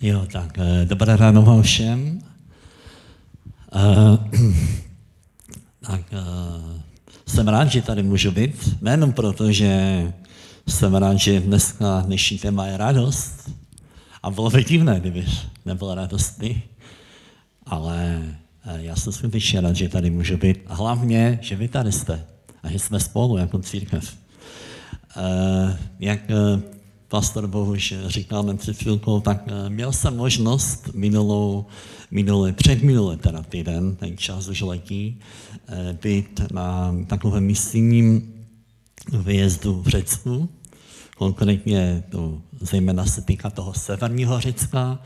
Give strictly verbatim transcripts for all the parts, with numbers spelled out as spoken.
Jo, tak dobré ráno vám všem. Uh, tak uh, jsem rád, že tady můžu být, nejenom proto, že jsem rád, že dneska dnešní téma je radost. A bylo by divné, kdyby nebyla radostný, ale uh, já jsem skutečně rád, že tady můžu být. A hlavně, že vy tady jste a že jsme spolu jako církev. Uh, jak uh, pastor Bohuš říkal před chvilkou, tak měl jsem možnost minulou, minulé, předminulé teda týden, ten čas už letí, být na takovém misijním výjezdu v Řecku. Konkrétně to zejména se týká toho severního Řecka,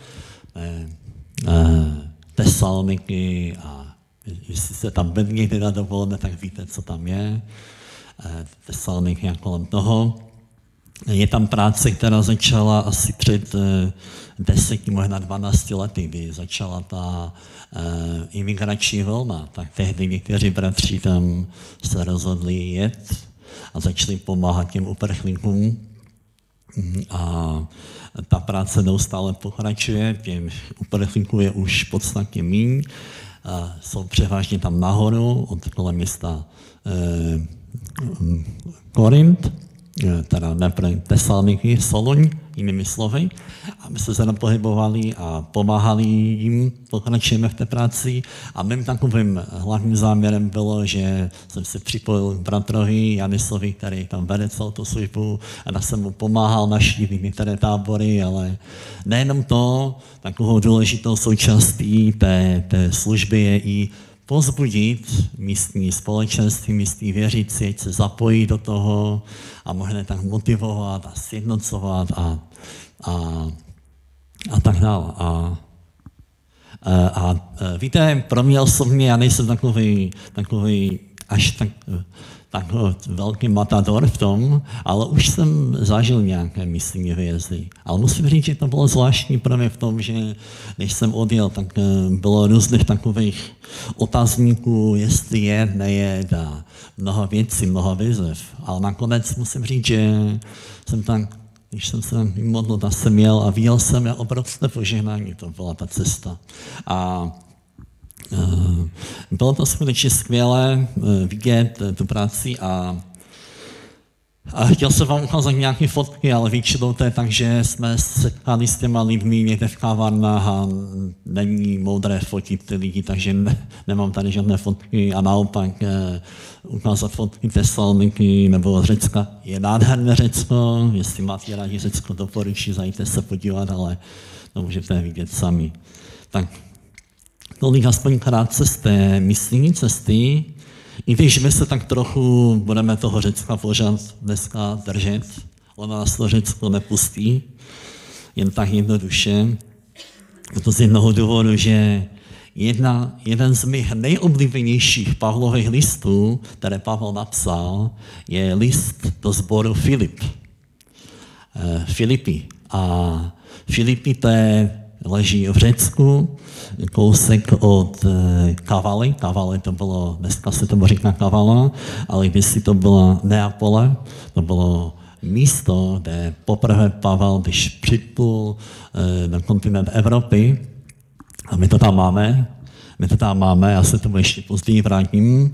Tesaloniky a jestli se tam byli někdy na dovolené, tak víte, co tam je. Tesaloniky a kolem toho. Je tam práce, která začala asi před deseti, možná dvanácti lety, kdy začala ta uh, imigrační vlna. Tak tehdy někteří bratři tam se rozhodli jet a začali pomáhat těm uprchlíkům. A ta práce neustále pokračuje, těm uprchlíků je už v podstatě míň. A jsou převážně tam nahoru, od kolem města uh, Korint, teda nejprve Tesaloniky, Soluň, jinými slovy, a my jsme se tam pohybovali a pomáhali jim, pokračujeme v té práci. A mým takovým hlavním záměrem bylo, že jsem se připojil k bratrovi Janisovi, který tam vede celou tu službu, a tak jsem mu pomáhal navštívit některé tábory, ale nejenom to, takovou důležitou součástí té, té služby je i pozbudit místní společenství, místní věřící, ať se zapojí do toho a mohli tak motivovat a sjednocovat a, a, a tak dále. A, a, a víte, pro mě osobně, já nejsem takový, takový až tak, tak velký matador v tom, ale už jsem zažil nějaké misijní výjezdy. Ale musím říct, že to bylo zvláštní pro mě v tom, že než jsem odjel, tak bylo různých takových otazníků, jestli je, nejet a mnoho věcí, mnoho výzev. Ale nakonec musím říct, že jsem tak, když jsem se modlil, tak jsem jel a viděl jsem a obrovské požehnání, to byla ta cesta. A bylo to skutečně skvělé vidět tu práci a, a chtěl jsem vám ukázat nějaké fotky, ale většinou to je tak, že jsme setkali s těma lidmi někde v kavárnách a není moudré fotit ty lidi, takže ne, nemám tady žádné fotky a naopak eh, ukázat fotky Tesaloniky nebo Řecka. Je nádherné Řecko, jestli máte rádi Řecko, doporučuji, zajďte se podívat, ale to můžete vidět sami. Tak tolik aspoň krátce z té misijní cesty, i když my se tak trochu budeme toho Řecka pořád dneska držet, ono nás to Řecko nepustí, jen tak jednoduše. To z jednoho důvodu, že jedna, jeden z mých nejoblíbenějších Pavlových listů, které Pavel napsal, je list do sboru Filip. Filipy. A Filipy to je leží v Řecku, kousek od Kavaly. Kavaly to bylo, dneska se tomu říká Kavala, ale kdysi to byla Neapole, to bylo místo, kde poprvé Pavel, když připlul na kontinent Evropy, a my to tam máme, my to tam máme, já se tomu ještě později vrátím,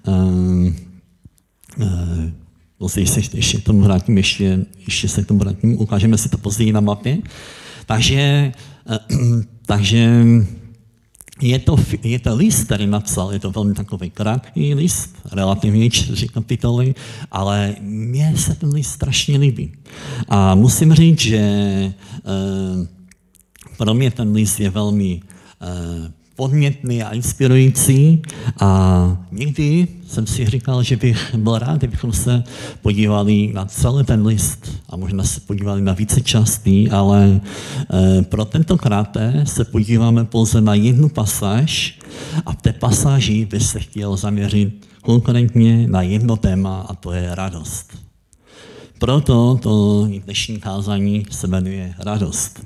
později se ještě k tomu vrátím, ještě, ještě se k tomu vrátím, ukážeme si to později na mapě. Takže, takže je to, je to list, který napsal, je to velmi takový krátký list, relativně čtyři kapitoly, ale mně se ten list strašně líbí. A musím říct, že uh, pro mě ten list je velmi uh, podnětný a inspirující a někdy jsem si říkal, že bych byl rád, kdybychom se podívali na celý ten list a možná se podívali na více částí, ale e, pro tentokrát se podíváme pouze na jednu pasáž a v té pasáži bych se chtěl zaměřit konkrétně na jedno téma a to je radost. Proto to dnešní kázání se jmenuje radost.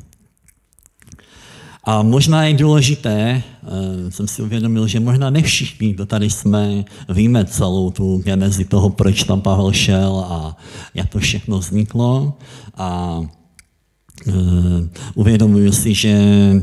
A možná je důležité, jsem si uvědomil, že možná ne všichni, kdo tady jsme, víme celou tu genezi toho, proč tam Pavel šel a jak to všechno vzniklo. A uvědomuji si, že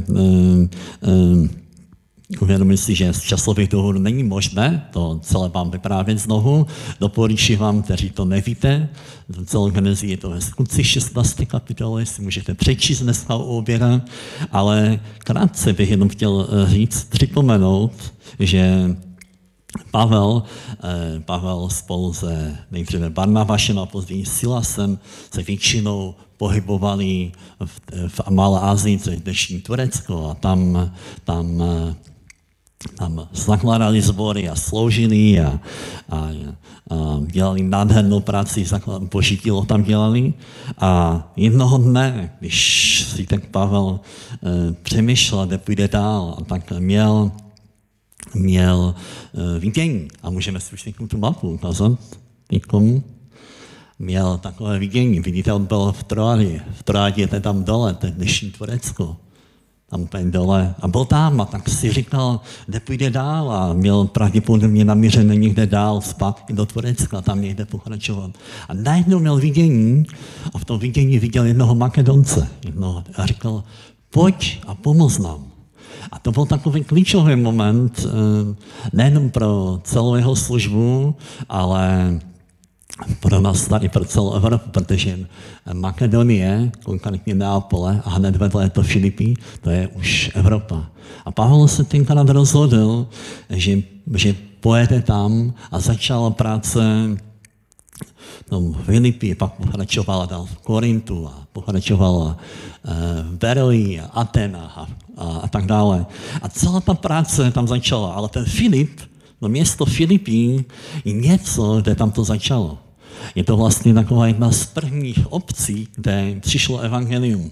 Uvědomuji si, že z časových důvodů není možné to celé vám vyprávět znovu. Doporučuji vám, kteří to nevíte, celou genezi je to ve skutcích šestnácté kapitoly, si můžete přečíst dneska u oběda, ale krátce bych jenom chtěl říct, připomenout, že Pavel, Pavel spolu se nejdříve Barnabášem a později Silasem se většinou pohybovali v, v Malé Asii, což je dnešní Turecko, a tam, tam tam zakládali sbory a sloužili a, a, a dělali nádhernou práci, boží dílo tam dělali. A jednoho dne, když si tak Pavel e, přemýšlel, kde půjde dál, a tak měl, měl e, vidění. A můžeme si už tu mapu ukázat někomu. Měl takové vidění. Vidíte, on byl v Troádě. V Troádě je tam dole, to je dnešní Turecko. Tam úplně dole. A byl tam a tak si říkal, kde půjde dál, a měl pravděpodobně namířené někde dál zpátky do Turecka, tam někde pokračovat. A najednou měl vidění a v tom vidění viděl jednoho Makedonce. Jednoho, a říkal, pojď a pomoz nám. A to byl takový klíčový moment nejen pro celou jeho službu, ale pro nás tady, pro celou Evropu, protože Makedonie, konkrétně Neapole, a hned vedle je to Filipy, to je už Evropa. A Pavel se tenkrát rozhodl, že, že pojede tam a začala práce v Filipy, pak pokračovala dál v Korintu a pokračovala v Beroji a Atenách a, a, a tak dále. A celá ta práce tam začala, ale ten Filip, no město Filipí je něco, kde tam to začalo. Je to vlastně taková jedna z prvních obcí, kde přišlo evangelium.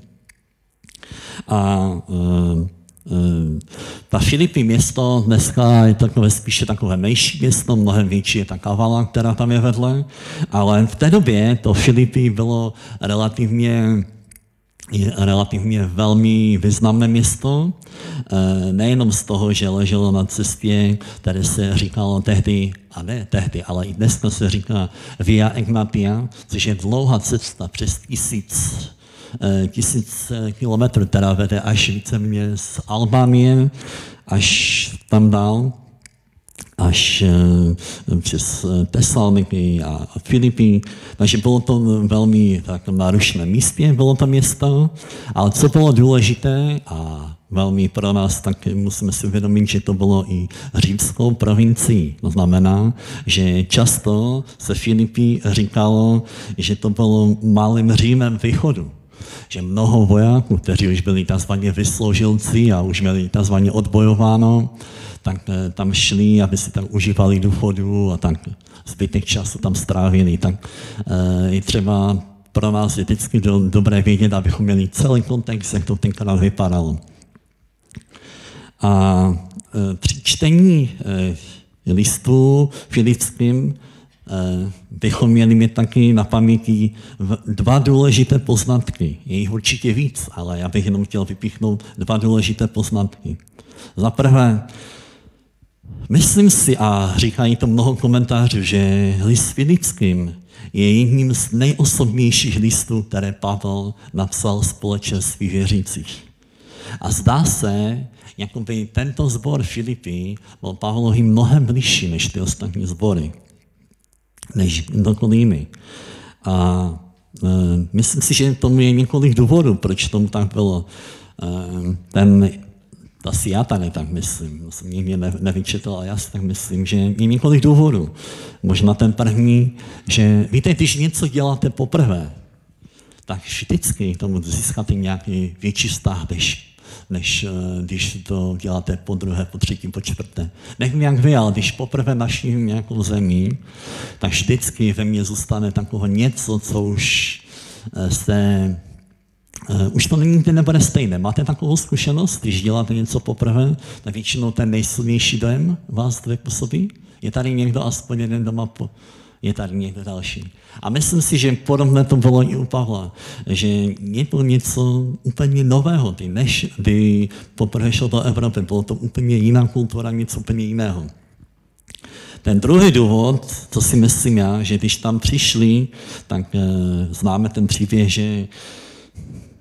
A uh, uh, ta Filipí město dneska je takové spíše takové menší město, mnohem větší je ta Kavala, která tam je vedle, ale v té době to Filipí bylo relativně je relativně velmi významné město, nejenom z toho, že leželo na cestě, které se říkalo tehdy, a ne tehdy, ale i dneska se říká Via Egnatia, což je dlouhá cesta přes tisíc, tisíc kilometrů, která vede až víceméně z Albánie až tam dál, až přes Tesaloniky a Filipy. Takže bylo to velmi tak náročné místě, bylo to město, ale co bylo důležité a velmi pro nás, tak musíme si uvědomit, že to bylo i římskou provincií. To znamená, že často se Filipy říkalo, že to bylo malým Římem východu. Že mnoho vojáků, kteří už byli takzvaně vysloužilci a už měli takzvaně odbojováno, tak tam šli, aby si tam užívali důchodu a tak zbytek času tam strávili. Tak je třeba pro nás vždycky do, dobré vědět, abychom měli celý kontext, jak to tenkrát vypadalo. A při čtení listů filipským bychom měli mít taky na paměti dva důležité poznatky. Je jich určitě víc, ale já bych jenom chtěl vypíchnout dva důležité poznatky. Za prvé, myslím si, a říkají to mnoho komentářů, že list filipským je jedním z nejosobnějších listů, které Pavel napsal společenství věřících. A zdá se, jakoby tento sbor Filipy byl Pavlovi mnohem bližší než ty ostatní sbory, než kdokoliv jiný. A e, myslím si, že tomu je několik důvodů, proč tomu tak bylo. E, ten, asi já tady tak myslím, to jsem nikdy ne, nevyčetl, ale já si tak myslím, že je několik důvodů. Možná ten první, že víte, když něco děláte poprvé, tak vždycky tomu získáte nějaký větší vztah, než, než když to děláte po druhé, po třetí, po čtvrté. Nevím, jak vy, ale když poprvé naším nějakou zemí, tak vždycky ve mně zůstane takové něco, co už se... Uh, už to nikdy nebude stejné. Máte takovou zkušenost, když děláte něco poprvé, tak většinou ten nejsilnější dojem vás dvě působí? Je tady někdo aspoň jeden doma, po... je tady někdo další. A myslím si, že podobné to bylo i u Pavla, že je to něco úplně nového, ty, než kdy poprvé šel do Evropy, bylo to úplně jiná kultura, něco úplně jiného. Ten druhý důvod, co si myslím já, že když tam přišli, tak uh, známe ten příběh, že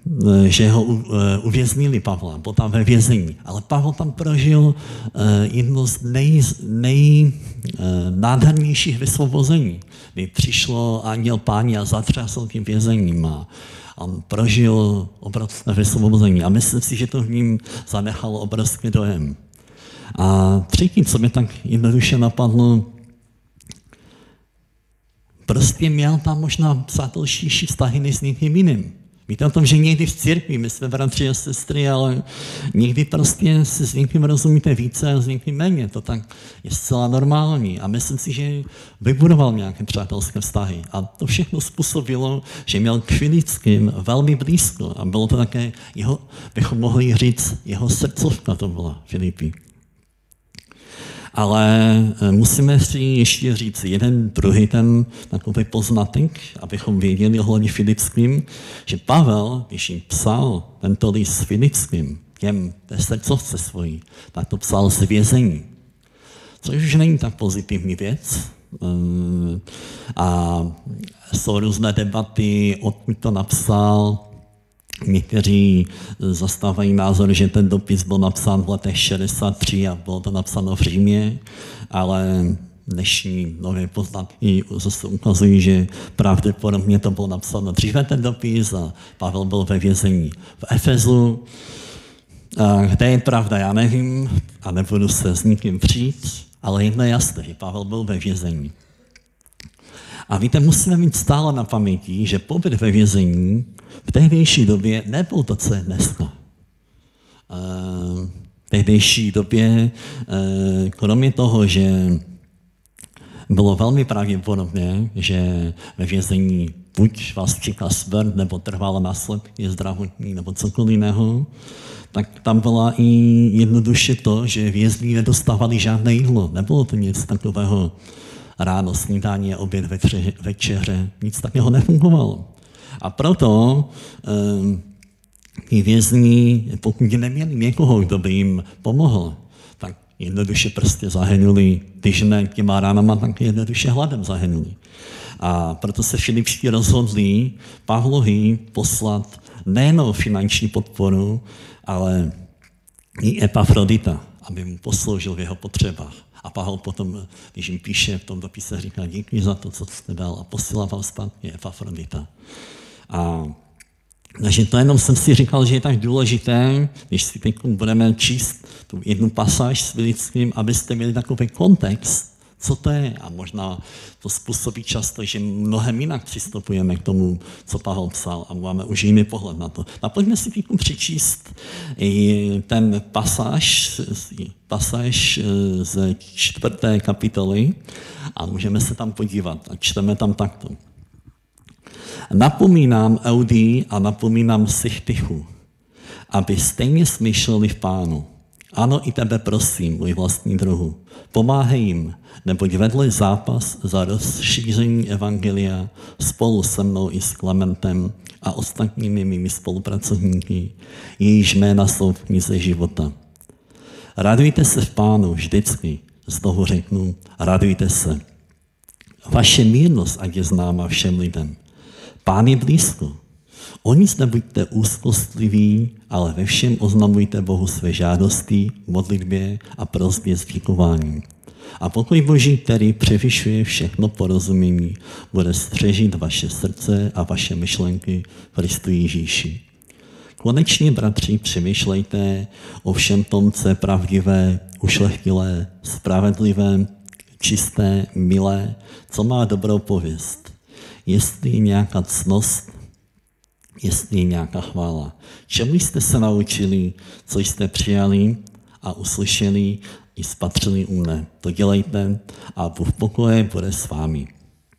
že ho uvěznili Pavla, byl tam ve vězení. Ale Pavel tam prožil jedno z nej, nejnádhernějších vysvobození, kdy přišlo anděl Páně a zatřásl tím vězením a on prožil obrovské vysvobození. A myslím si, že to v ním zanechalo obrovský dojem. A třetí, co mě tak jednoduše napadlo, prostě měl tam možná přátelštější vztahy než s někým jiným. Víte o tom, že někdy v církvi, my jsme bratři a sestry, ale někdy prostě si s někým rozumíte více a s někým méně. To tak je zcela normální. A myslím si, že vybudoval nějaké přátelské vztahy. A to všechno způsobilo, že měl k Filipským velmi blízko. A bylo to také, jeho, bychom mohli říct, jeho srdcovka to byla Filipy. Ale musíme si ještě říct jeden druhý ten takový poznatek, abychom věděli ohledně Filipským, že Pavel, když jim psal tento list Filipským, těm té srdcovce svojí, tak to psal z vězení. Což už není tak pozitivní věc. A jsou různé debaty, odkud to napsal. Někteří zastávají názor, že ten dopis byl napsán v letech šedesát tři a bylo to napsáno v Římě, ale dnešní nové poznatky zase ukazují, že pravděpodobně to bylo napsáno dříve ten dopis a Pavel byl ve vězení v Efezu. Kde je pravda, já nevím a nebudu se s nikým přijít, ale jedno je jasné, že Pavel byl ve vězení. A víte, musíme mít stále na paměti, že pobyt ve vězení v tehdejší době nebyl to, co je dneska. V tehdejší době, kromě toho, že bylo velmi pravděpodobné, že ve vězení buď vás čeká smrt, nebo trvalé následky zdravotní, nebo cokoliv jiného, tak tam byla i jednoduše to, že vězni nedostávali žádné jídlo. Nebylo to nic takového ráno, snídání, oběd, večeře, večeře, nic takového nefungovalo. A proto um, ty vězni, pokud neměli někoho, kdo by jim pomohl, tak jednoduše prostě zahynuli, když ne těma ránama, tak jednoduše hladem zahynuli. A proto se Filipští rozhodli Pavlovi poslat nejen finanční podporu, ale i Epafrodita, aby mu posloužil v jeho potřebách. A Pavel potom, když jim píše v tom dopise, říká díky za to, co jste dal a posílá vám zpátky Epafrodita. A takže to jenom jsem si říkal, že je tak důležité, když si teď budeme číst tu jednu pasáž s Filipským, abyste měli takový kontext, co to je. A možná to způsobí často, že mnohem jinak přistupujeme k tomu, co Pavel psal a máme už jiný pohled na to. A pojďme si teď přečíst i ten pasáž, pasáž z čtvrté kapitoly a můžeme se tam podívat a čteme tam takto. Napomínám Eudii a napomínám Syntychu, aby stejně smýšleli v Pánu. Ano, i tebe prosím, můj vlastní druhu. Pomáhej jim, neboť vedli zápas za rozšíření evangelia spolu se mnou i s Klementem a ostatními mými spolupracovníky, jejichž jména jsou v knize života. Radujte se v Pánu vždycky, znovu řeknu, radujte se. Vaše mírnost ať je známa všem lidem. Pán je blízko. O nic nebuďte úzkostliví, ale ve všem oznamujte Bohu své žádosti, modlitbě a prosbě s děkováním. A pokoj Boží, který převyšuje všechno porozumění, bude střežit vaše srdce a vaše myšlenky v Kristu Ježíši. Konečně, bratři, přemýšlejte o všem tom, co je pravdivé, ušlechtilé, spravedlivé, čisté, milé, co má dobrou pověst. Jestli je nějaká ctnost, jestli je nějaká chvála. Čemu jste se naučili, co jste přijali a uslyšeli i spatřili u mne. To dělejte a Bůh pokoje bude s vámi.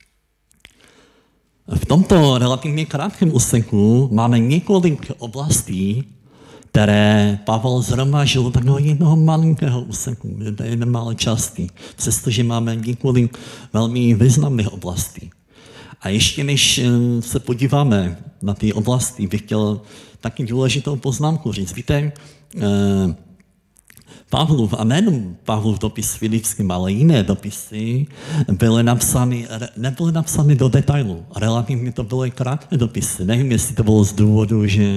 V tomto relativně krátkém úseku máme několik oblastí, které Pavel zhromažil do takového jednoho malinkého úseku, jedné malé části, přestože máme několik velmi významných oblastí. A ještě než se podíváme na ty oblasti, bych chtěl taky důležitou poznámku říct. Víte, Pavlův, a nejenom Pavlův dopis Filipským, ale jiné dopisy byly napsány, nebyly napsány do detailu. Relativně to byly krátké dopisy. Nevím, jestli to bylo z důvodu, že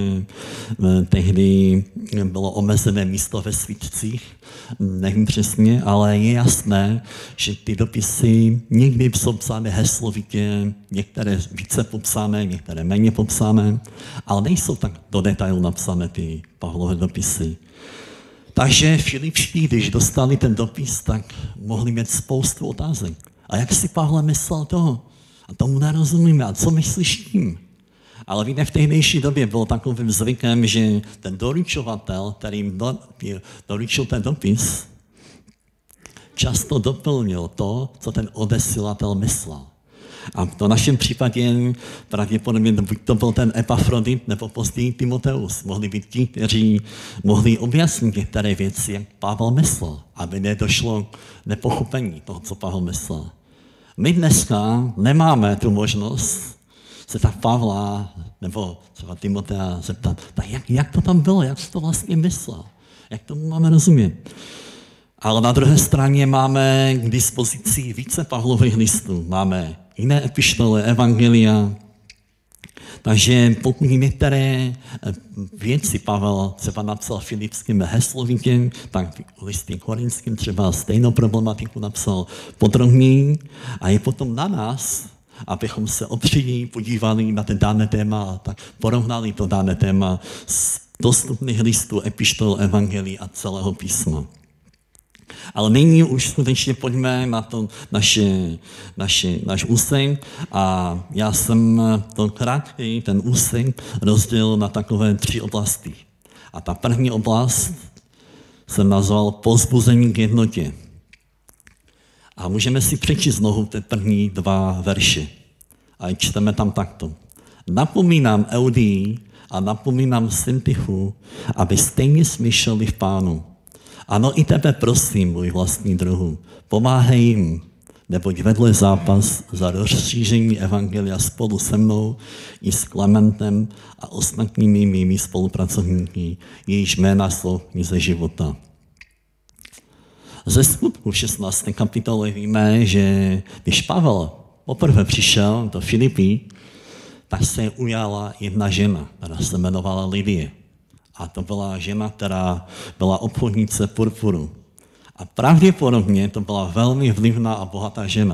tehdy bylo omezené místo ve svítcích, nevím přesně, ale je jasné, že ty dopisy někdy jsou psány heslovitě, některé více popsané, některé méně popsané, ale nejsou tak do detailu napsané ty Pavlové dopisy. Takže Filipští, když dostali ten dopis, tak mohli mít spoustu otázek. A jak si Pavel myslel toho? A tomu nerozumíme. A co myslíš tím? Ale víte, v tehdejší době bylo takovým zvykem, že ten doručovatel, který jim do, doručil ten dopis, často doplnil to, co ten odesilatel myslel. A v našem případě pravděpodobně to byl ten Epafrodit nebo později Timoteus. Mohli být ti, kteří mohli objasnit některé věci, jak Pavel myslel, aby nedošlo k nepochopení toho, co Pavel myslel. My dneska nemáme tu možnost se tak Pavla nebo třeba Timotea zeptat, tak jak, jak to tam bylo, jak jsi to vlastně myslel, jak tomu máme rozumět. Ale na druhé straně máme k dispozici více Pavlových listů. Máme jiné epištoly, evangelia. Takže pokud některé věci Pavel třeba napsal Filipským heslovitě, tak listy Korinským třeba stejnou problematiku napsal podrobněji. A je potom na nás, abychom se opředí podívali na ten dané téma a tak porovnali to dané téma z dostupných listů, epištol, evangelií a celého písma. Ale nyní už skutečně pojďme na to naše, naše, náš úsek a já jsem to krátký, ten úsek rozdělil na takové tři oblasti. A ta první oblast jsem nazval povzbuzení k jednotě. A můžeme si přečíst znovu ty první dva verše. A čteme tam takto. Napomínám Eudii a napomínám Syntychu, aby stejně smýšleli v Pánu. Ano, i tebe prosím, můj vlastní druhu, pomáhej jim, neboť vedle zápas za rozšíření evangelia spolu se mnou i s Klementem a ostatními mými spolupracovníky, jejichž jména jsou v knize života. Ze Skutku v šestnácté kapitole víme, že když Pavel poprvé přišel do Filipí, tak se ujala jedna žena, která se jmenovala Lidie. A to byla žena, která byla obchodnice purpuru. A pravděpodobně to byla velmi vlivná a bohatá žena.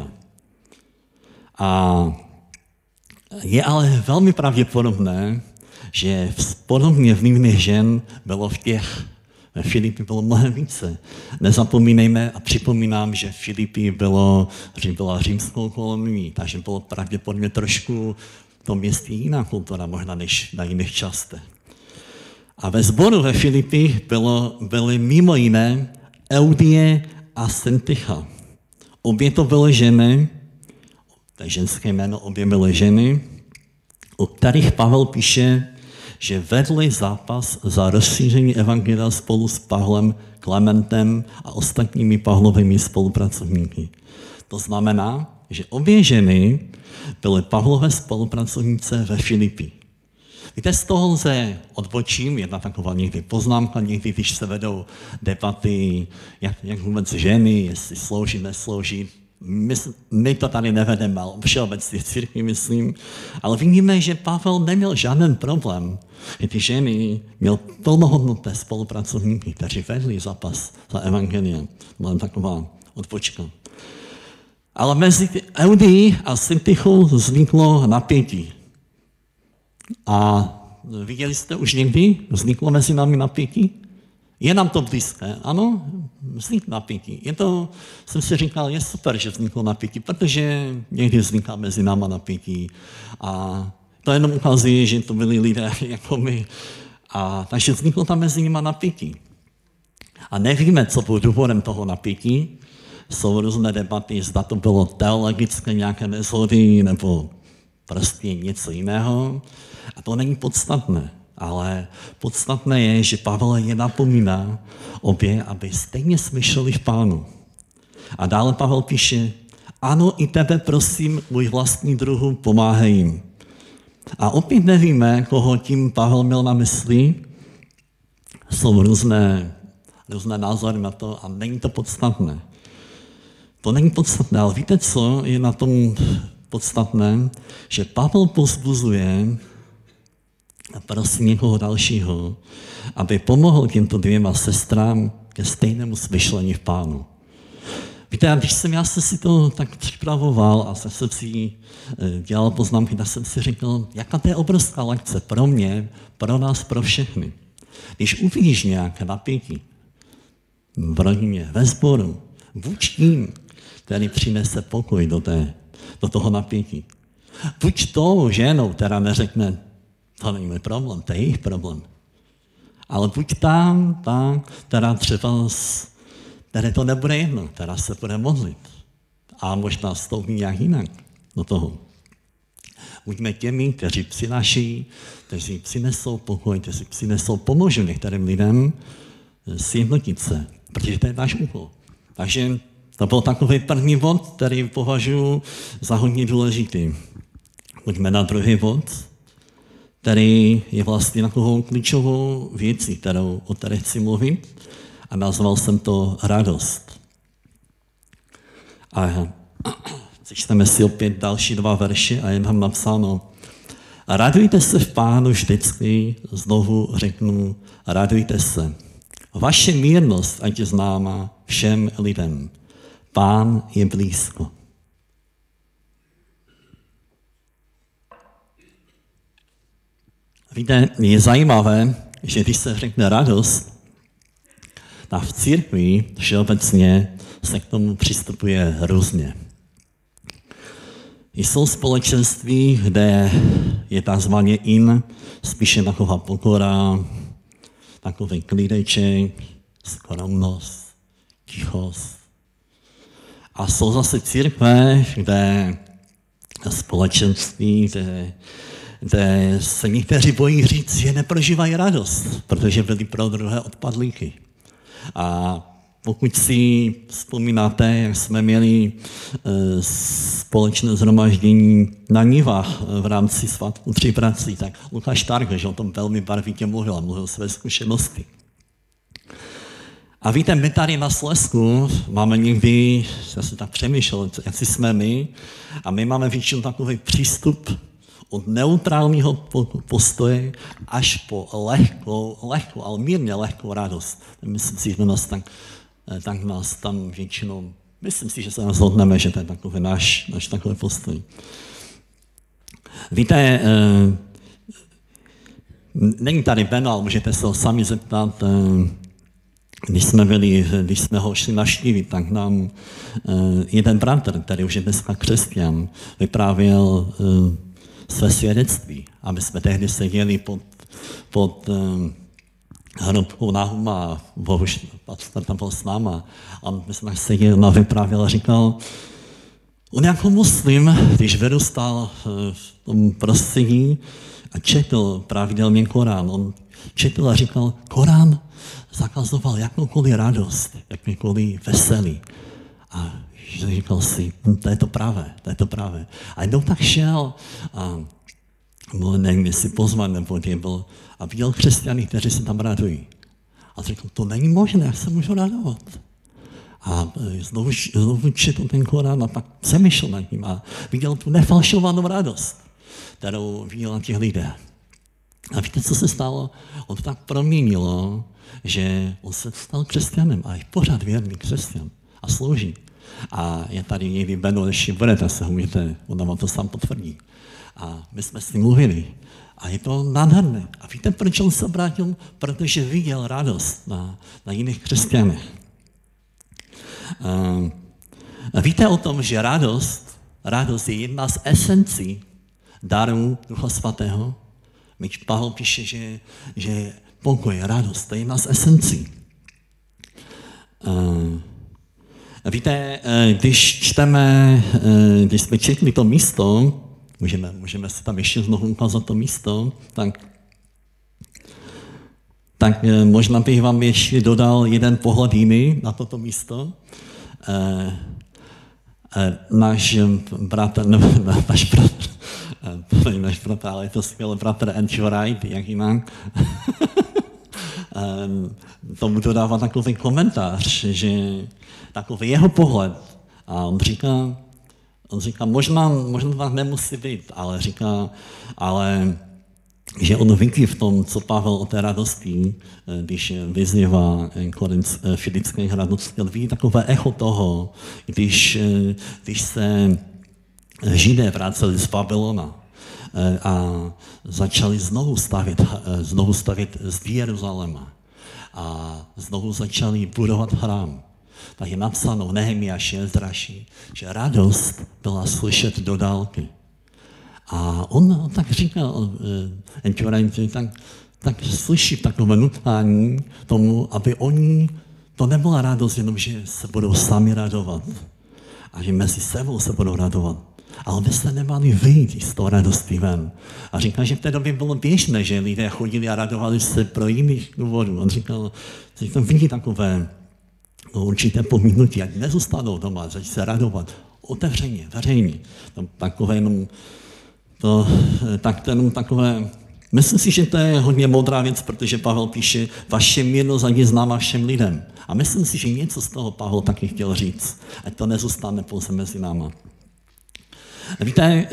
A je ale velmi pravděpodobné, že podobně vlivných žen bylo v těch, ve Filipii bylo mnohem více. Nezapomínejme a připomínám, že Filipii bylo, byla římskou kolonií, takže bylo pravděpodobně trošku v tom městě jiná kultura, možná než na jiných částech. A ve sboru ve Filipích bylo, byly mimo jiné Eudie a Syntycha. Obě to byly ženy, to je ženské jméno, obě byly ženy, o kterých Pavel píše, že vedli zápas za rozšíření evangelia spolu s Pavlem, Klementem a ostatními Pavlovými spolupracovníky. To znamená, že obě ženy byly Pavlové spolupracovnice ve Filipii. Víte, z toho lze odbočím, jedna taková někdy poznámka, někdy, když se vedou debaty, jak, jak vůbec ženy, jestli slouží, neslouží. My, my to tady nevedeme, ale všeobecně církvi myslím. Ale vidíme, že Pavel neměl žádný problém. I ty ženy měl plnohodnotné spolupracovníky, kteří vedli zápas za evangeliem. Byla taková odbočka. Ale mezi Eudii a Syntychou vzniklo napětí. A viděli jste už někdy, vzniklo mezi námi napětí? Je nám to blízké, ano, vzniklo napětí. Je to, jsem si říkal, je super, že vzniklo napětí, protože někdy vzniká mezi náma napětí. A to jenom ukazuje, že to byli lidé jako my. A takže vzniklo tam mezi nimi napětí. A nevíme, co bylo důvodem toho napětí. Jsou různé debaty, zda to bylo teologické nějaké neshody, nebo prostě něco jiného. A to není podstatné, ale podstatné je, že Pavel je napomíná obě, aby stejně smýšleli v Pánu. A dále Pavel píše, ano, i tebe prosím, můj vlastní druhu, pomáhej jim. A opět nevíme, koho tím Pavel měl na mysli. Jsou různé různé názory na to a není to podstatné. To není podstatné, ale víte, co je na tom podstatné? Že Pavel povzbuzuje a prosím někoho dalšího, aby pomohl těmto dvěma sestrám ke stejnému smyšlení v Pánu. Víte, když jsem já se si to tak připravoval a jsem si dělal poznámky, tak jsem si řekl, jaká to je obrovská lekce pro mě, pro nás, pro všechny. Když uvidíš nějaké napětí v rodině, ve sboru, buď tím, který přinese pokoj do, té, do toho napětí. Buď tou ženou, která neřekne, to není můj problém, to je jejich problém. Ale buď tam, tam, která třeba, které to nebude jedno, která se bude modlit. A možná vstoupí nějak jinak do toho. Buďme těmi, kteří přináší, kteří přinesou pokoj, kteří přinesou, pomůžou některým lidem sjednotit se, protože to je náš úkol. Takže to byl takový první bod, který považuji za hodně důležitý. Pojďme na druhý bod, který je vlastně takovou klíčovou věcí, kterou, o které chci mluvit, a nazval jsem to radost. A přečteme si opět další dva verše a je tam napsáno: radujte se v Pánu vždycky, znovu řeknu, radujte se. Vaše mírnost ať je známa všem lidem. Pán je blízko. Víte, je zajímavé, že když se řekne radost, tak v církvi všeobecně se k tomu přistupuje různě. Jsou společenství, kde je takzvaně in, spíše taková pokora, takový klideček, skromnost, tichost. A jsou zase církve, kde společenství, kde, kde se někteří bojí říct, že neprožívají radost, protože byli pro druhé odpadlíky. A pokud si vzpomínáte, jak jsme měli e, společné shromaždění na Nivách v rámci svatku Tří bratří, tak Lukáš Targo, že o tom velmi barvitě mluvil a mluvil své zkušenosti. A víte, my tady na Slezsku máme někdy, já jsem tak přemýšlel, jak si jsme my, a my máme většinou takový přístup od neutrálního postoje až po lehkou, lehkou, ale mírně lehkou radost. Myslím si, že nás tak, tak nás tam většinou, myslím si, že se nás shodneme, že to je takový náš, náš takový postoj. Víte, není tady Beno, ale můžete se ho sami zeptat. Když jsme byli, když jsme ho šli navštívit, tak nám jeden bratr, který už je dneska křesťan, vyprávěl své svědectví. A my jsme tehdy seděli pod, pod hrobkou Nahuma a bohuž pastor tam byl s náma. A my jsme seděli a vyprávěl a říkal, on jako muslim, když vyrůstal v tom prostředí a četl pravidelně Korán, on četl a říkal, Korán zakazoval jakoukoliv radost, jakoukoliv veselí. A říkal si, to je to pravé, to je to pravé. A jednou tak šel a byl, nevím, jestli pozvan nebo byl, a viděl křesťany, kteří se tam radují. A řekl, to není možné, jak se můžu radovat. A znovu, znovu četl ten Korán a pak přemýšlel nad ním a viděl tu nefalšovanou radost, kterou viděl na těch lidech. A víte, co se stalo? On to tak proměnilo, že on se stal křesťanem a je pořád věrný křesťan a slouží. A je tady někdy Beno, ještě bude, tak se ho můžete, on vám to sám potvrdí. A my jsme s ním mluvili. A je to nádherné. A víte, proč on se obrátil? Protože viděl radost na, na jiných křesťanech. A víte o tom, že radost, radost je jedna z esencí darů Ducha Svatého? Myč Pavel píše, že, že pokoj, radost, to je jedna z esencí. A víte, když čteme, když jsme četli to místo, můžeme, můžeme si tam ještě znovu ukázat to místo, tak, tak možná bych vám ještě dodal jeden pohled jiný na toto místo. Náš bratr, ne, náš bratr, náš bratr, ale je to skvělý bratr Andrew Wright, jak jinak. tomu dodává takový komentář, že takový jeho pohled. A on říká, on říká, možná, možná to tak nemusí být, ale říká, ale že on vidí v tom, co Pavel o té radosti, když vyzývá filických radostí, on vidí takové echo toho, když, když se Židé vraceli z Babylona a začali znovu stavět, znovu stavět z Jeruzaléma a znovu začali budovat chrám. Tak je napsáno v Nehemiáši, Ezdraši, že radost byla slyšet do dálky. A on, on tak říkal, Enčurajci, tak, tak slyší takové nutání tomu, aby oni, to nebyla radost jenom, že se budou sami radovat a že mezi sebou se budou radovat. Ale by se nemali vyjít z toho radosti ven. A říká, že v té době bylo běžné, že lidé chodili a radovali se pro jiných důvodů. On říkal, že tam vidí takové určité pominutí, ať nezůstanou doma, začít se radovat otevřeně, veřejně. To takové jenom, to, tak to jenom takové, myslím si, že to je hodně moudrá věc, protože Pavel píše, vaše mírnost ať je známa všem lidem. A myslím si, že něco z toho Pavel taky chtěl říct, ať to nezůstane pouze mezi náma. Víte,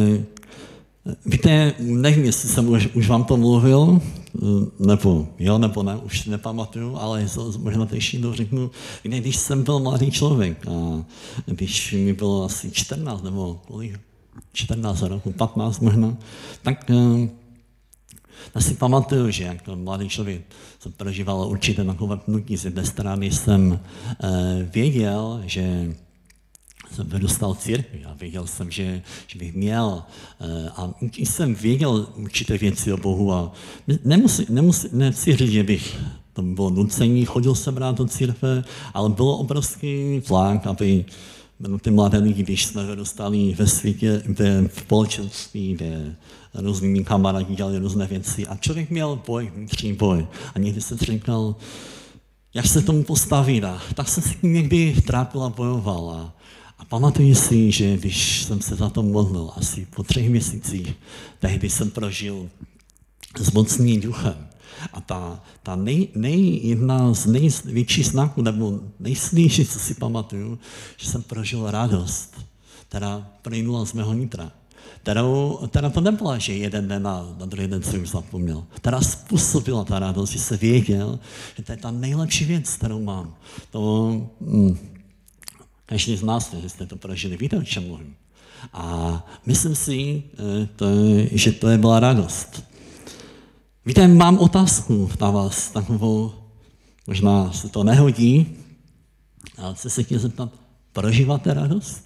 víte, nevím, jestli jsem už, už vám to mluvil, nebo jo, nebo ne, už si nepamatuju, ale možná teď to řeknu. Víte, když jsem byl mladý člověk a když mi bylo asi čtrnáct nebo kolik, čtrnáct roku, patnáct možná, tak já si pamatuju, že jako mladý člověk jsem prožíval určité takové pnutí. Z jedné strany jsem věděl, že jsem vyrůstal v církvi a věděl jsem, že, že bych měl a jsem věděl určité věci o Bohu a nemusí, nemusí, nechci říct, že bych to bylo nucení, chodil jsem rád do církve, ale bylo obrovský tlak, aby ty mladé lidi, když jsme vyrůstali ve světě, ve společenství, kde různými kamarádi dělali různé věci a člověk měl boj, vnitřní boj a někdy jsem říkal, jak se tomu postavit a tak jsem si někdy trápil a bojoval a A pamatuju si, že když jsem se za to modlil, asi po třech měsících, tehdy jsem prožil zmocnění duchem. A ta, ta nej, nej, jedna z největších znaků, nebo nejsilnější, co si pamatuju, že jsem prožil radost, která plynula z mého nitra. Kterou, která to nebyla, že jeden den na, na druhý den jsem už zapomněl. Která způsobila ta radost, že jsem věděl, že to je ta nejlepší věc, kterou mám. To, mm, Každý z nás, že jste to prožili, víte, o čem mluvím. A myslím si, to, že to je byla radost. Víte, mám otázku na vás, takovou, možná se to nehodí, ale chci se chtěl zeptat, prožíváte radost?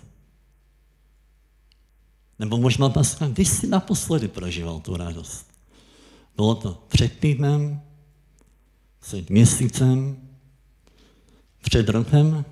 Nebo možná otázka, když jsi naposledy prožíval tu radost? Bylo to před týdnem, před měsícem, před rokem?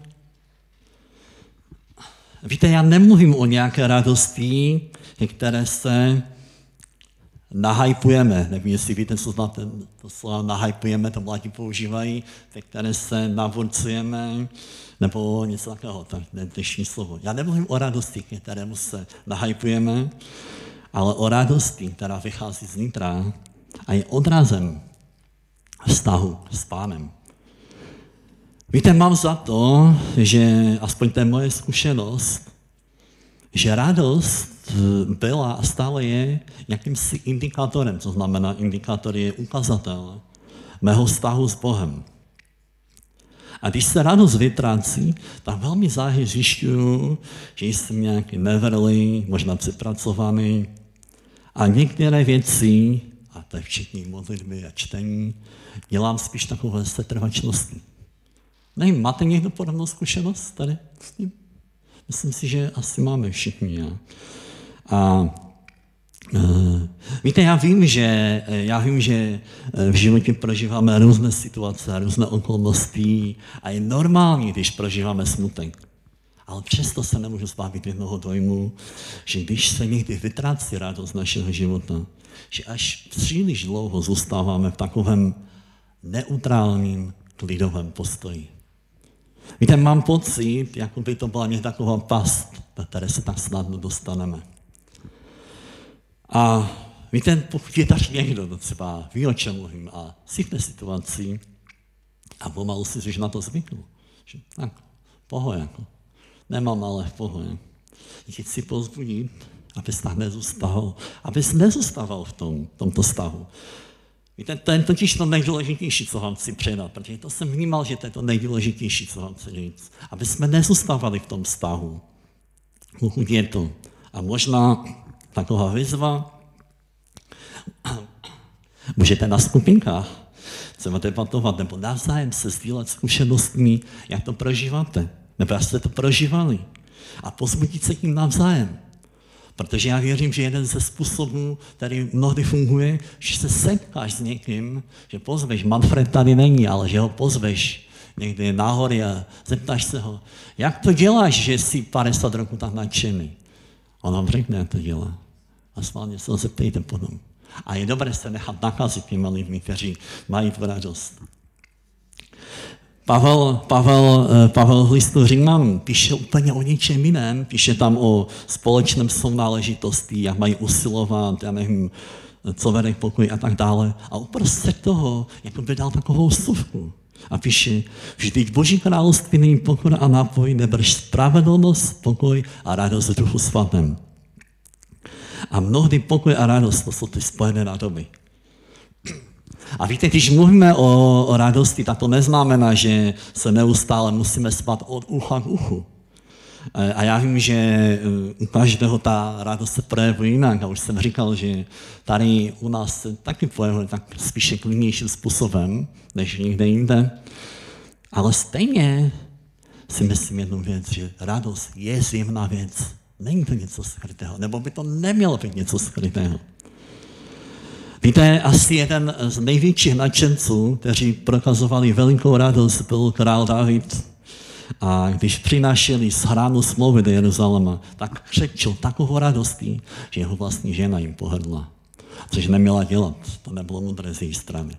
Víte, já nemluvím o nějaké radosti, které se nahypujeme. Nevím, jestli víte, co znáte, to slovo nahypujeme, to mladí používají, ve které se navorcujeme, nebo něco takového, to je dnešní slovo. Já nemluvím o radosti, kterému se nahypujeme, ale o radosti, která vychází z nitra a je odrazem vztahu s Pánem. Víte, mám za to, že, aspoň to je moje zkušenost, že radost byla a stále je jakýmsi indikátorem, co znamená indikátor je ukazatel mého vztahu s Bohem. A když se radost vytrácí, tak velmi záhy zjišťuju, že jsem nějaký nevrlý, možná přepracovaný a některé věci, a to je včetně modlitby a čtení, dělám spíš takové setrvačnosti. Nevím, máte někdo podobnou zkušenost tady s tím? Myslím si, že asi máme všichni. Ja. A uh, víte, já vím, že, já vím, že v životě prožíváme různé situace, různé okolnosti a je normální, když prožíváme smutek. Ale přesto se nemůžu zbavit jednoho dojmu, že když se někdy vytrácí radost našeho života, že až příliš dlouho zůstáváme v takovém neutrálním, klidovém postoji. Víte, mám pocit, jako by to byla někde taková past, do které se tak snadno dostaneme. A víte, pokud je tady někdo, kdo třeba ví, o čem mluvím a si v té situaci a pomalu si, že na to zvykl. Že, tak, pohoje, jako. Nemám ale v pohoje. Chci si pozbudit, abys tak nezůstal, abys nezůstával v tom, tomto stavu. Víte, to je totiž to nejdůležitější, co vám chci předat, protože to jsem vnímal, že to je to nejdůležitější, co vám chci říct. Aby jsme nezůstávali v tom vztahu. Pokud je to. A možná taková výzva, můžete na skupinkách třeba debatovat, nebo navzájem se sdílet zkušenostmi, jak to prožíváte, nebo jak jste to prožívali. A pozbudit se tím navzájem. Protože já věřím, že jeden ze způsobů, který mnohdy funguje, že se setkáš s někým, že pozveš, Manfred tady není, ale že ho pozveš někde nahoře a zeptáš se ho, jak to děláš, že jsi padesát roků tak nadšený. On vám řekne, jak to dělá. A schválně se ho zeptejte potom. A je dobré se nechat nakazit těma lidmi, kteří mají tu radost. Pavel, Pavel, Pavel v listu Římanům píše úplně o něčem jiném, píše tam o společném sounáležitosti, jak mají usilovat, já nevím, co vede k pokoji a tak dále. A uprostřed toho, jako by dal takovou vsuvku. A píše, vždyť Boží království není pokora a nápoj, nebrž spravedlnost, pokoj a radost v Duchu Svatém. A mnohdy pokoj a radost, to jsou ty spojené nádoby. A víte, když mluvíme o, o radosti, tak to neznamená, že se neustále musíme spát od ucha k uchu. A já vím, že u každého ta radost se projevuje jinak. A už jsem říkal, že tady u nás se taky projevuje tak spíše klidnějším způsobem, než někde jinde. Ale stejně si myslím jednu věc, že radost je zjevná věc. Není to něco skrytého, nebo by to nemělo být něco skrytého. Víte, asi jeden z největších nadšenců, kteří prokazovali velikou radost, byl král David. A když přinášeli z hránu smlouvy do Jeruzaléma, tak křečil takovou radostí, že jeho vlastní žena jim pohrdla. Což neměla dělat, to nebylo moudré z její strany.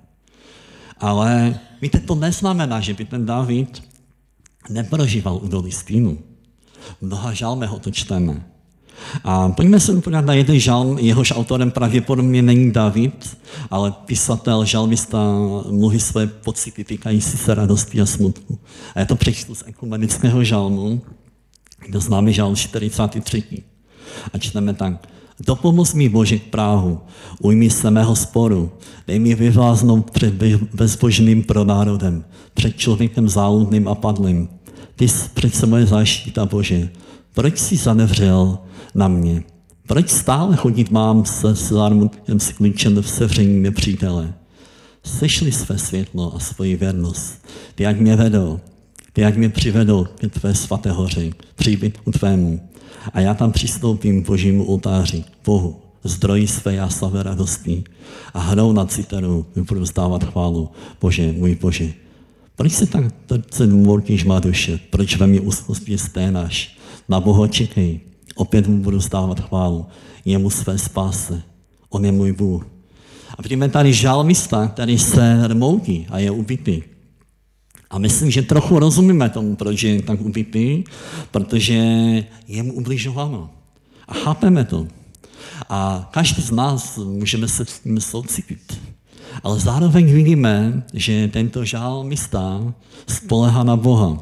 Ale víte, to neznamená, že by ten David neprožíval údolí stínu. V mnoha žalmech ho to čteme. A pojďme se podívat na jeden žalm, jehož autorem pravděpodobně není David, ale písatel, žalmista mluví své pocity týkající se radosti a smutku. A já to přečtu z ekumenického žalmu, kde známe žalm čtyřicátý třetí A čteme tak. Dopomoz mi, Bože, k práhu, ujmi se mého sporu, dej mi vyvláznout před bezbožným pronárodem, před člověkem záludným a padlým. Ty jsi přece moje záštita, Bože. Proč jsi zanevřel na mě? Proč stále chodit mám se zármutkem sklíčen v sevření mé přítele? Sešli své světlo a svoji věrnost. Ty, jak mě vedou, ty, jak mě přivedou ke tvé svaté hoře, příbytku tvému. A já tam přistoupím k Božímu oltáři, Bohu, zdroji své jáslavé radosti a hrou na citeru mi budu vzdávat chválu. Bože, můj Bože, proč se tak se moutíš, má duše? Proč ve mě úzkosti sténáš? Na Boha čekej, opět mu budu vzdávat chválu. Jemu své spáse. On je můj Bůh. A vidíme tady žalmista, který se rmoutí a je ubitý. A myslím, že trochu rozumíme tomu, proč je tak ubitý, protože je mu ubližováno. A chápeme to. A každý z nás můžeme se s tím soucitit. Ale zároveň vidíme, že tento žalmista spolehá na Boha.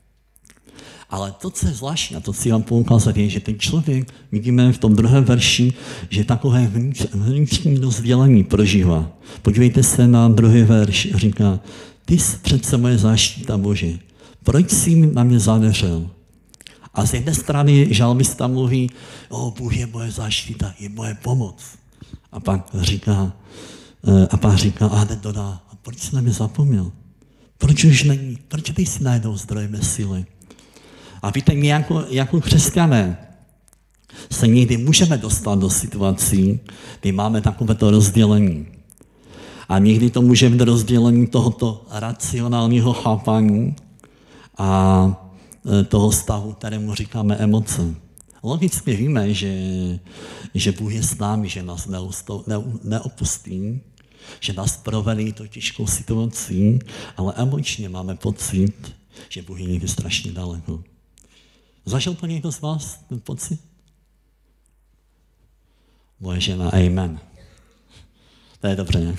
Ale to, co je zvláštní, a to si vám poukázat, je, že ten člověk, vidíme v tom druhém verši, že takové vnitřní rozdělení prožívá. Podívejte se na druhý verš, říká, ty jsi přece moje záštita, Bože. Proč jsi na mě zanevřel? A z jedné strany žalmista mluví, o, Bůh je moje záštita, je moje pomoc. A pak říká, a pak říká, a hned dodá, a proč jsi na mě zapomněl? Proč už není? Proč ty jsi najednou zdroj mé síly? A víte, my jako, jako křesťané se někdy můžeme dostat do situací, kdy máme takovéto rozdělení. A někdy to může být rozdělení tohoto racionálního chápání a toho stavu, kterému říkáme emoce. Logicky víme, že, že Bůh je s námi, že nás neustou, ne, neopustí, že nás provede to těžkou situací, ale emočně máme pocit, že Bůh je někdy strašně daleko. Zažil to někdo z vás, ten pocit? Moje žena, amen. To je dobře.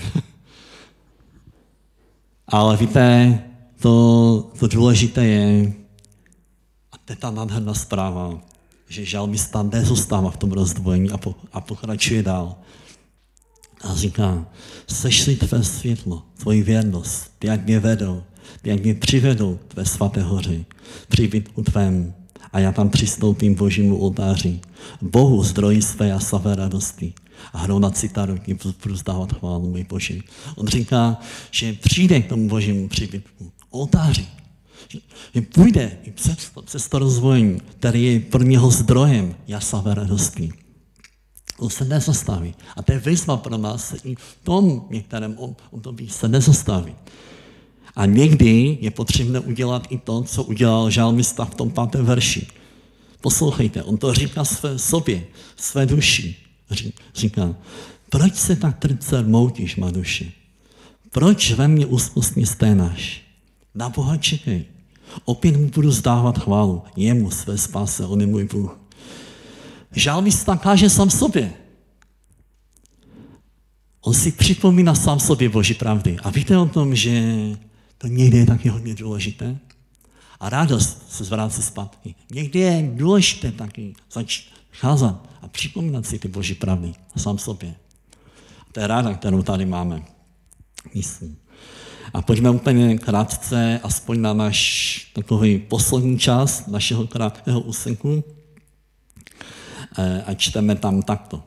Ale víte, to, to důležité je, a to je ta nádherná zpráva, že žalmista nezůstává v tom rozdvojení a, po, a pokračuje dál. A říká, sešli tvé světlo, tvoji věrnost, ty, jak mě vedou, ty, jak mě přivedou tvé svaté hory, přibít u tvém, a já tam přistoupím božímu oltáři, Bohu zdroji své a své radosti. A hrou na citaru, tím budu zdávat chválu, můj Boží. On říká, že přijde k tomu božímu příbytku, oltáři, že půjde i přes to, přes to rozvojení, který je pro něho zdrojem jasavé radosti. On se nezastaví. A to je výzva pro nás, i v tom některém období se nezastaví. A někdy je potřebné udělat i to, co udělal žalmista v tom pátém verši. Poslouchejte, on to říká své sobě, své duši. Říká, proč se tak trce moutíš, má duši? Proč ve mně úzkostně sténáš? Na Boha čekej. Opět mu budu zdávat chválu. Jemu své spáse, on je můj Bůh. Žalmista káže sám sobě. On si připomíná sám sobě Boží pravdy. A víte o tom, že to někdy je taky hodně důležité? A radost se zvrácí zpátky. Někdy je důležité taky začít cházat a připomínat si ty Boží pravdy sám sobě. To je ráda, kterou tady máme. Myslím. A pojďme úplně krátce, aspoň na náš takový poslední čas našeho krátkého úseku. A čteme tam takto.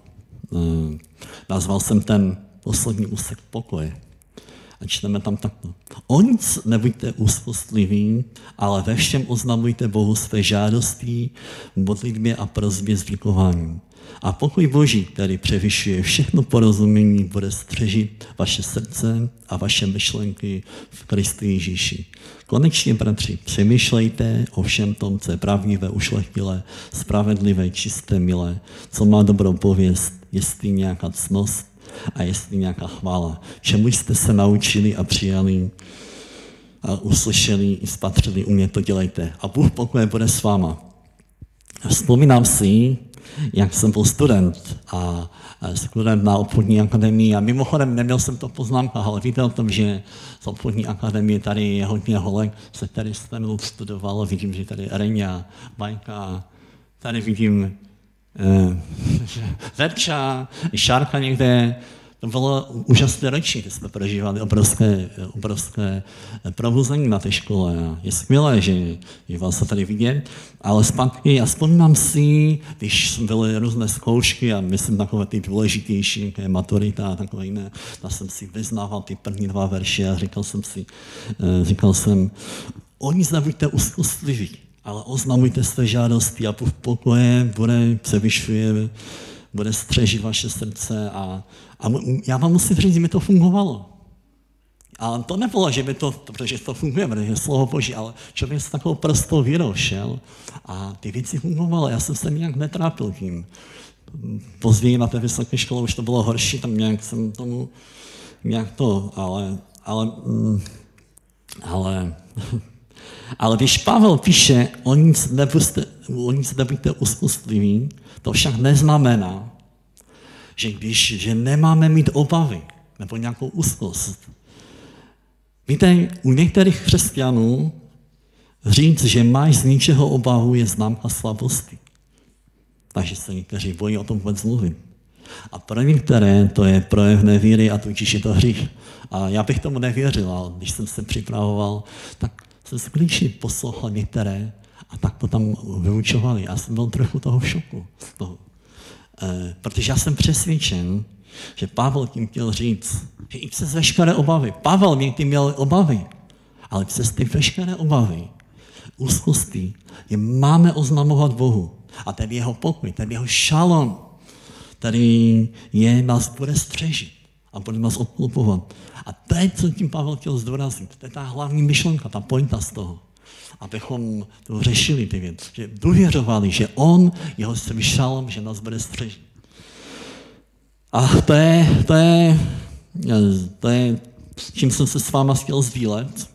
Nazval jsem ten poslední úsek pokoje. A čteme tam takto. O nic nebuďte úzkostliví, ale ve všem oznamujte Bohu své žádosti, modlitbě a prosbě s děkováním. A pokoj Boží, který převyšuje všechno porozumění, bude střežit vaše srdce a vaše myšlenky v Kristu Ježíši. Konečně, bratři, přemýšlejte o všem tom, co je pravdivé, ušlechtilé, spravedlivé, čisté, milé, co má dobrou pověst, jestli nějaká ctnost a jestli nějaká chvála. Čemu jste se naučili a přijali a uslyšeli i spatřili, u mě to dělejte. A Bůh pokoje bude s váma. Vzpomínám si, jak jsem byl student a student na obchodní akademii a mimochodem neměl jsem to v poznámkách, ale víte o tom, že z obchodní akademie tady je hodně holek, se tady s mnou studoval, vidím, že tady Reňa, Bajka, tady vidím eh, Verča, Šárka někde. To bylo úžasné ročník, jsme prožívali obrovské, obrovské probuzení na té škole. Je skvělé, že, že vás se tady vidět, ale zpátky, já vzpomínám si, když byly různé zkoušky a myslím takové ty důležitější, jako je maturita a takové jiné, tak jsem si vyznával ty první dva verše a říkal jsem si, říkal jsem, o nic nebuďte úzkostliví, ale oznamujte své žádosti a v pokoje bude převyšuje, bude střežit vaše srdce a, a já vám musím říct, že mi to fungovalo. A to nebylo, že by to, protože to funguje, protože je slovo Boží, ale člověk s takovou prostou vírou šel a ty věci fungovaly. Já jsem se nějak netrápil tím. Později na té vysoké škole už to bylo horší, tam nějak jsem tomu, nějak to, ale, ale, ale, ale když Pavel píše, o nic nebuďte, o nic nebuďte úzkostliví, to však neznamená, že když, že nemáme mít obavy nebo nějakou úzkost. Víte, u některých křesťanů říct, že máš z ničeho obavu, je známka slabosti. Takže se někteří bojí o tom vůbec mluvit. A pro některé to je projev nevíry a tudíž je to hřích. A já bych tomu nevěřil, ale když jsem se připravoval, tak jsem skutečně poslouchal některé a tak to tam vyučovali. Já jsem byl trochu toho v šoku. Toho. E, protože já jsem přesvědčen, že Pavel tím chtěl říct, že i přes veškeré obavy, Pavel někdy měl obavy, ale přes ty veškeré obavy, úzkosti, je máme oznamovat Bohu. A ten jeho pokoj, ten jeho šalom, který je, nás bude střežit a bude nás obklopovat. A to je, co tím Pavel chtěl zdůraznit. To je ta hlavní myšlenka, ta pointa z toho. Abychom to řešili ty věci. Že důvěřovali, že on, jeho svý šalom, že nás bude střežit. A to je, to je, to je, s čím jsem se s váma chtěl sdílet.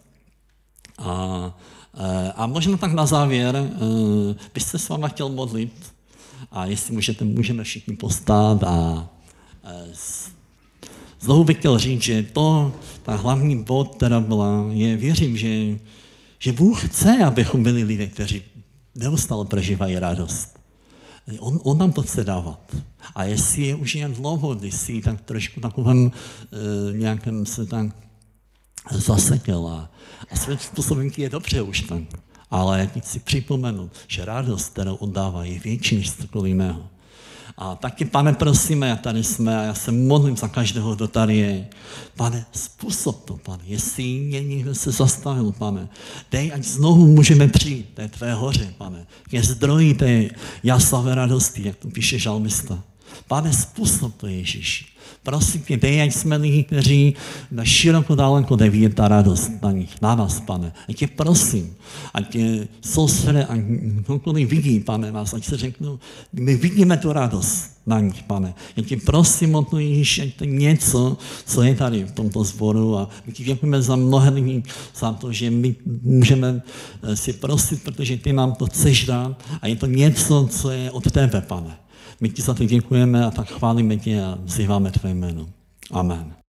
A, a možná tak na závěr bych se s váma chtěl modlit. A jestli můžete, můžeme všichni postát a znovu bych chtěl říct, že to, ta hlavní bod, která byla, je, věřím, že, že Bůh chce, abychom byli lidé, kteří neustále prožívají radost. On, on nám to chce dávat. A jestli je už jen dlouho, když si tak trošku takovém e, nějakém se tak zaseděl a, a svým způsobem je dobře už tak. Ale já chci připomenout, že radost, kterou on dává, je větší než cokoliv jiného. A taky, Pane, prosíme, jak tady jsme, a já se modlím za každého, kdo tady je. Pane, způsob to, Pane, jestli je někdo se zastavil, Pane, dej, ať znovu můžeme přijít té tvé hoře, Pane, ke zdroji té jaslavé radosti, jak to píše žalmista. Pane, způsob to, Ježíši. Prosím tě, dej, ať jsme lidi, kteří na široko daleko jde vidět ta radost na nich, na nás, Pane. Ať tě prosím, ať tě sousede, ať kdokoliv vidí, Pane, nás, ať se řeknou, my vidíme tu radost na nich, Pane. Já tě prosím o to, Ježíši, ať to je něco, co je tady v tomto sboru a my ti děkujeme za mnohé lidí, za to, že my můžeme si prosit, protože ty nám to chceš dát a je to něco, co je od tebe, Pane. My ti za to děkujeme a tak chválíme tě a vzýváme tvé jméno. Amen.